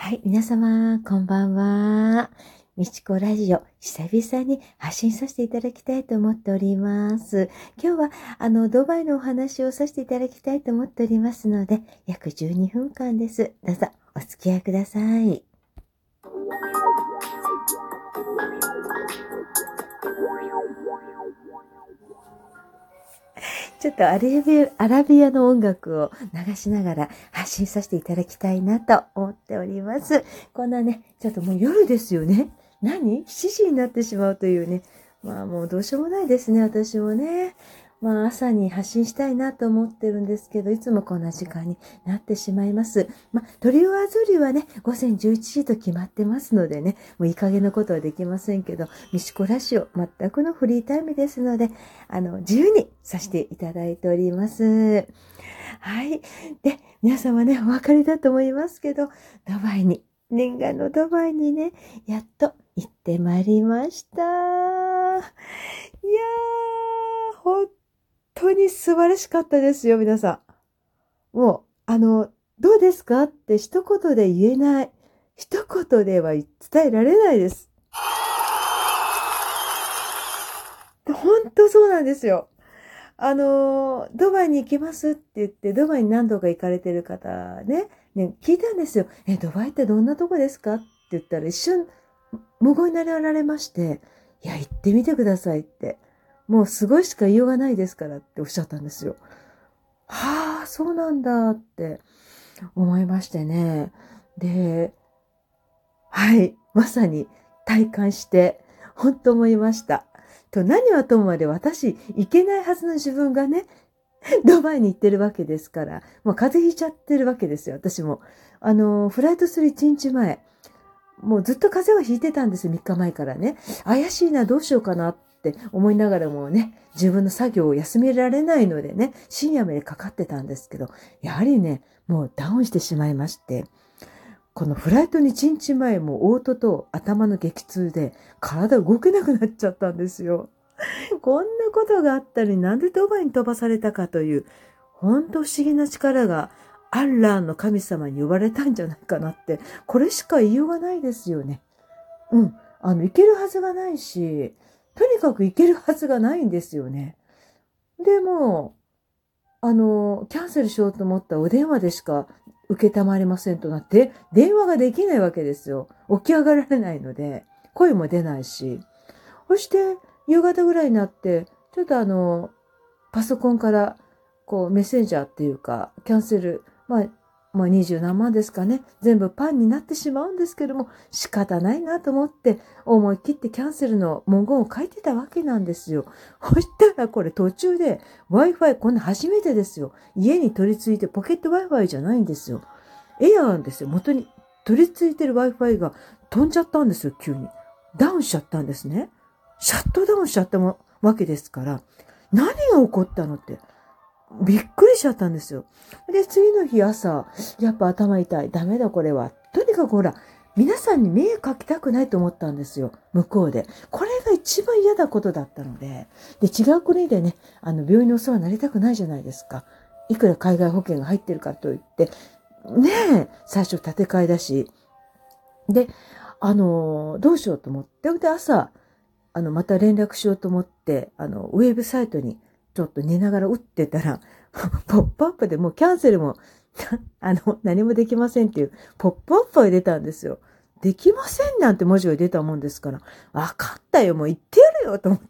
はい、皆様、こんばんは。みちこラジオ、久々に発信させていただきたいと思っております。今日は、ドバイのお話をさせていただきたいと思っておりますので、約12分間です。どうぞ、お付き合いください。ちょっとアラビアの音楽を流しながら発信させていただきたいなと思っております。こんなね、ちょっともう夜ですよね。何 ?7 時になってしまうというね。まあもうどうしようもないですね、私もね。まあ朝に発信したいなと思ってるんですけど、いつもこんな時間になってしまいます。まあトリオアズリはね、午前11時と決まってますのでね、もういい加減なことはできませんけど、ミシコラジオ全くのフリータイムですので、自由にさせていただいております。はい。で、皆様ね、お分かりだと思いますけど、念願のドバイにね、やっと行ってまいりました。いやー、本当に素晴らしかったですよ、皆さん。もう、どうですかって一言で言えない。一言では伝えられないです。本当そうなんですよ。ドバイに行きますって言って、ドバイに何度か行かれてる方ね、聞いたんですよ。ドバイってどんなとこですかって言ったら一瞬無言になられまして、いや、行ってみてくださいって。もうすごいしか言いようがないですからっておっしゃったんですよ。はあ、そうなんだって思いましてね。で、はい、まさに体感して、本当思いました。何はともあれ私、行けないはずの自分がね、ドバイに行ってるわけですから、もう風邪ひいちゃってるわけですよ、私も。フライトする1日前、もうずっと風邪はひいてたんですよ、3日前からね。怪しいな、どうしようかなって思いながらもね、自分の作業を休められないのでね、深夜までかかってたんですけど、やはりね、もうダウンしてしまいまして、このフライトに1日前も嘔吐と頭の激痛で体動けなくなっちゃったんですよ。こんなことがあったのになんでドバイに飛ばされたかという、ほんと不思議な力がアッラーの神様に呼ばれたんじゃないかなって、これしか言いようがないですよね。行けるはずがないし、とにかく行けるはずがないんですよね。でも、キャンセルしようと思ったお電話でしか受けたまりませんとなって、電話ができないわけですよ。起き上がられないので、声も出ないし。そして、夕方ぐらいになって、ちょっとパソコンから、メッセンジャーっていうか、キャンセル、まあ20何万ですかね。全部パンになってしまうんですけども、仕方ないなと思って、思い切ってキャンセルの文言を書いてたわけなんですよ。そしたらこれ途中で Wi-Fi、こんな初めてですよ。家に取り付いてポケット Wi-Fi じゃないんですよ。エアーなんですよ。元に取り付いてる Wi-Fi が飛んじゃったんですよ、急に。ダウンしちゃったんですね。シャットダウンしちゃったわけですから、何が起こったのって、びっくりしちゃったんですよ。で、次の日朝、やっぱ頭痛い。ダメだこれは。とにかくほら、皆さんに迷惑かけたくないと思ったんですよ。向こうで。これが一番嫌なことだったので。で、違う国でね、病院のお世話になりたくないじゃないですか。いくら海外保険が入ってるかといって。ねえ、最初建て替えだし。で、どうしようと思って。で、朝、また連絡しようと思って、ウェブサイトにちょっと寝ながら打ってたら、ポップアップでもうキャンセルも、何もできませんっていうポップアップが出たんですよ。できませんなんて文字が出たもんですから、わかったよ、もう行ってやるよと思って。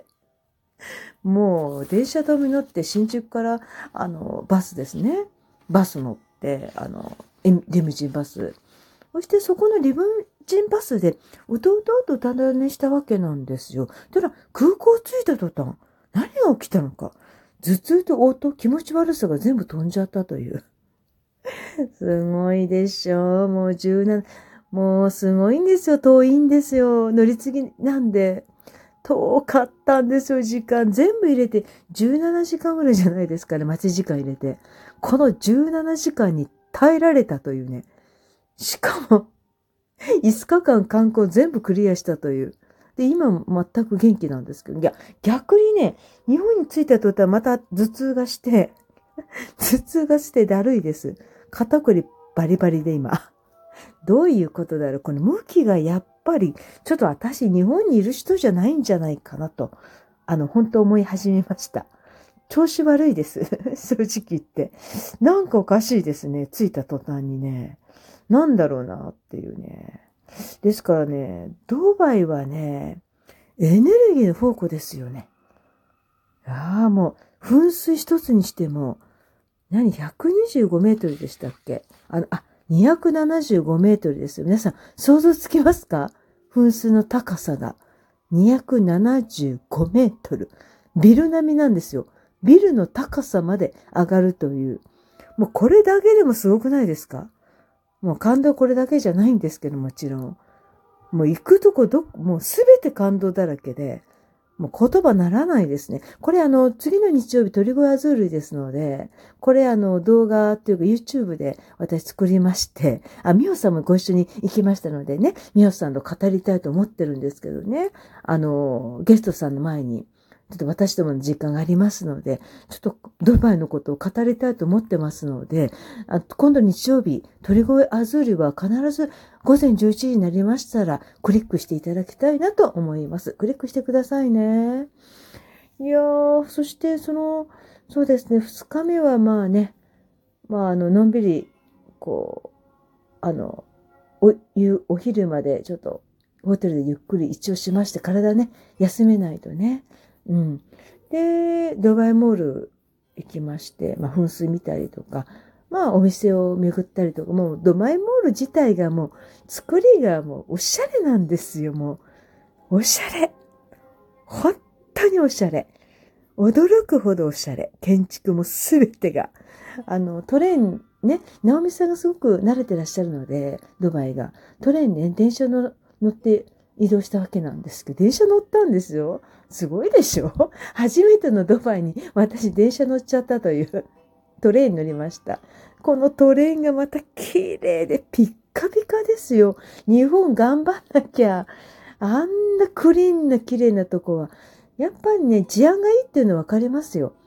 もう電車飛び乗って新宿から、バスですね。バス乗って、リムジンバス。そしてそこのリムジンバスでうとうとうとただ寝したわけなんですよ。ただ空港着いた途端、何が起きたのか。頭痛と嘔吐、気持ち悪さが全部飛んじゃったという。すごいでしょう。もう17、もうすごいんですよ。遠いんですよ。乗り継ぎなんで。遠かったんですよ、時間。全部入れて17時間ぐらいじゃないですかね。待ち時間入れて。この17時間に耐えられたというね。しかも、5日間観光全部クリアしたという。で、今も全く元気なんですけど、いや、逆にね、日本に着いた途端また頭痛がして、頭痛がしてだるいです。肩こりバリバリで今。 どういうことだろう。この向きがやっぱり、ちょっと私日本にいる人じゃないんじゃないかなと、本当思い始めました。調子悪いです。正直言って。なんかおかしいですね。着いた途端にね。なんだろうなっていうね。ですからね、ドバイはね、エネルギーの宝庫ですよね。ああ、もう、噴水一つにしても、125メートルでしたっけ275メートルですよ。皆さん、想像つきますか？噴水の高さが。275メートル。ビル並みなんですよ。ビルの高さまで上がるという。もうこれだけでもすごくないですか？もう感動これだけじゃないんですけど、もちろん。もう行くとこもうすべて感動だらけで、もう言葉ならないですね。これ次の日曜日鳥越アズールですので、これ動画っていうか YouTube で私作りまして、ミオさんもご一緒に行きましたのでね、ミオさんと語りたいと思ってるんですけどね、ゲストさんの前に、ちょっと私どもの時間がありますので、ちょっとドバイのことを語りたいと思ってますので、今度日曜日、鳥越アズールは必ず午前11時になりましたら、クリックしていただきたいなと思います。クリックしてくださいね。いやー、そしてそうですね、2日目はまあね、のんびり、こう、お昼までちょっと、ホテルでゆっくり一応しまして、体ね、休めないとね。うん。で、ドバイモール行きまして、噴水見たりとか、お店を巡ったりとか、もうドバイモール自体がもう、作りがもうおしゃれなんですよ、もう。おしゃれ。本当におしゃれ。驚くほどおしゃれ。建築もすべてが。トレーンね、直美さんがすごく慣れてらっしゃるので、ドバイが。トレーンね、電車乗って移動したわけなんですけど、電車乗ったんですよ。すごいでしょ？初めてのドバイに私電車乗っちゃったというトレーン乗りました。このトレーンがまた綺麗でピッカピカですよ。日本頑張んなきゃ。あんなクリーンな綺麗なとこは、やっぱりね、治安がいいっていうの分かりますよ。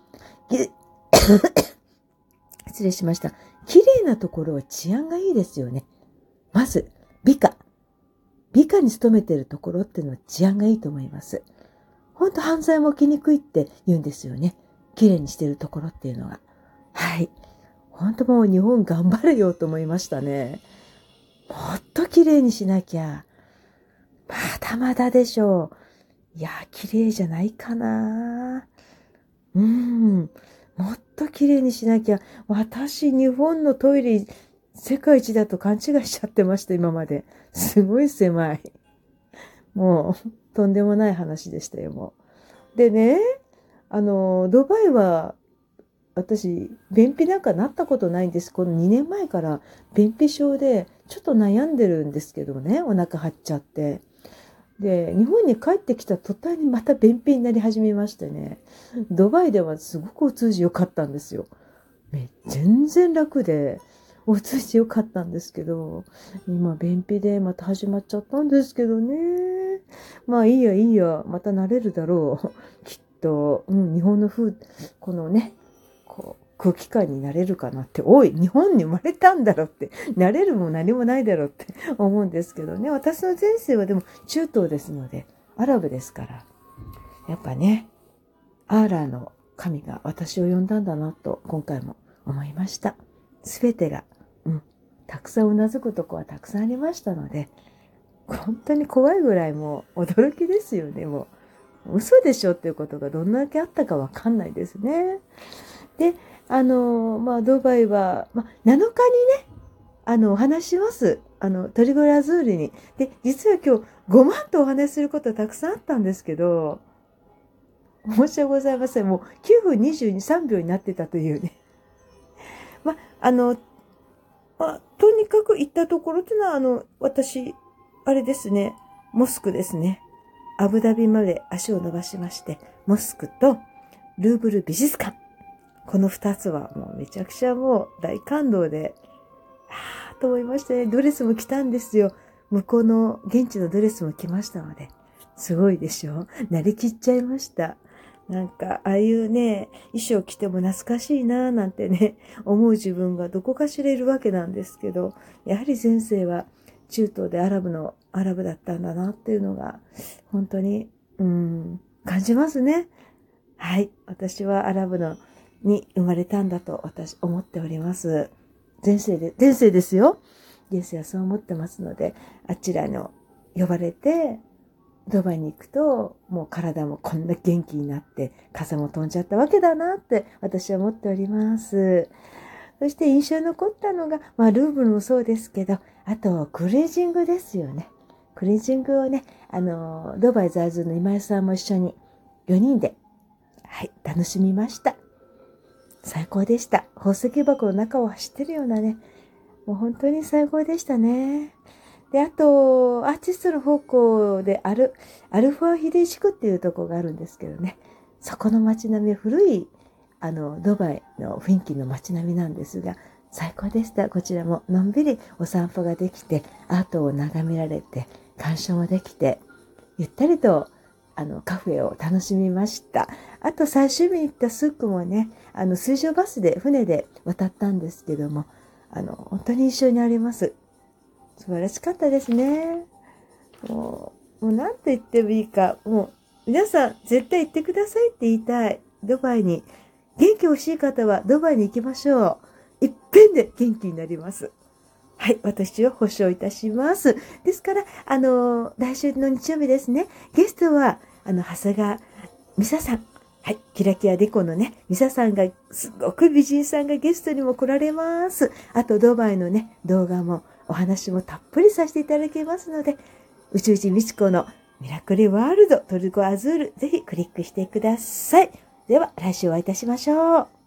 失礼しました。綺麗なところは治安がいいですよね。まず、美化。美化に勤めているところっていうのは治安がいいと思います。ほんと犯罪も起きにくいって言うんですよね。綺麗にしているところっていうのは。はい。ほんともう日本頑張れよと思いましたね。もっと綺麗にしなきゃ。まだまだでしょう。いや、綺麗じゃないかな。もっと綺麗にしなきゃ。私、日本のトイレ、世界一だと勘違いしちゃってました、今まで。すごい狭い。もう、とんでもない話でしたよ、もう。でね、ドバイは、私、便秘なんかなったことないんです。この2年前から便秘症で、ちょっと悩んでるんですけどね、お腹張っちゃって。で、日本に帰ってきた途端にまた便秘になり始めましてね、ドバイではすごくお通じ良かったんですよ。全然楽で、お通じ良かったんですけど、今便秘でまた始まっちゃったんですけどね。まあいいやいいや、また慣れるだろう。きっと、日本のこのね、空気感になれるかなって、おい、日本に生まれたんだろって、なれるも何もないだろうって思うんですけどね。私の前世はでも中東ですので、アラブですから、やっぱね、アーラーの神が私を呼んだんだなと今回も思いました。すべてが、たくさんうなずくとこはたくさんありましたので、本当に怖いぐらいもう驚きですよね、もう。嘘でしょっていうことがどんだけあったかわかんないですね。で、ドバイは、7日にね、お話します。トリゴラズールに。で、実は今日5万とお話しすることはたくさんあったんですけど、申し訳ございません。もう9分22、3秒になってたというね。とにかく行ったところっていうのは、私、あれですね、モスクですね。アブダビまで足を伸ばしまして、モスクとルーブル美術館。この2つはもうめちゃくちゃもう大感動で、と思いましてね、ドレスも着たんですよ。向こうの現地のドレスも着ましたので、すごいでしょ？慣れきっちゃいました。 なんか、ああいうね、衣装着ても懐かしいなぁなんてね、思う自分がどこかしらいるわけなんですけど、やはり前世は中東でアラブだったんだなっていうのが、本当に、感じますね。はい。私はアラブに生まれたんだと私思っております。前世ですよ。前世はそう思ってますので、あちらの呼ばれて、ドバイに行くと、もう体もこんな元気になって、風も飛んじゃったわけだなって私は思っております。そして印象に残ったのが、ルーブルもそうですけど、あと、クレンジングですよね。クレンジングをね、ドバイ在住の今井さんも一緒に4人で、はい、楽しみました。最高でした。宝石箱の中を走ってるようなね、もう本当に最高でしたね。で、あと、アーティストの方向でアルファ秀地区っていうところがあるんですけどね、そこの街並みは古い、ドバイの雰囲気の街並みなんですが、最高でした。こちらものんびりお散歩ができて、アートを眺められて、鑑賞もできて、ゆったりと、カフェを楽しみました。あと、最終日に行ったスークもね、水上バスで、船で渡ったんですけども、本当に印象にあります。素晴らしかったですね。もう何と言ってもいいか、もう、皆さん、絶対行ってくださいって言いたい。ドバイに。元気欲しい方は、ドバイに行きましょう。いっぺんで元気になります。はい、私は保証いたします。ですから、来週の日曜日ですね、ゲストは、長谷川美沙さん。はい、キラキラデコのね、美沙さんが、すごく美人さんがゲストにも来られます。あと、ドバイのね、動画も、お話もたっぷりさせていただきますので、宇宙人美智子のミラクルワールドトルコアズール、ぜひクリックしてください。では、来週お会いいたしましょう。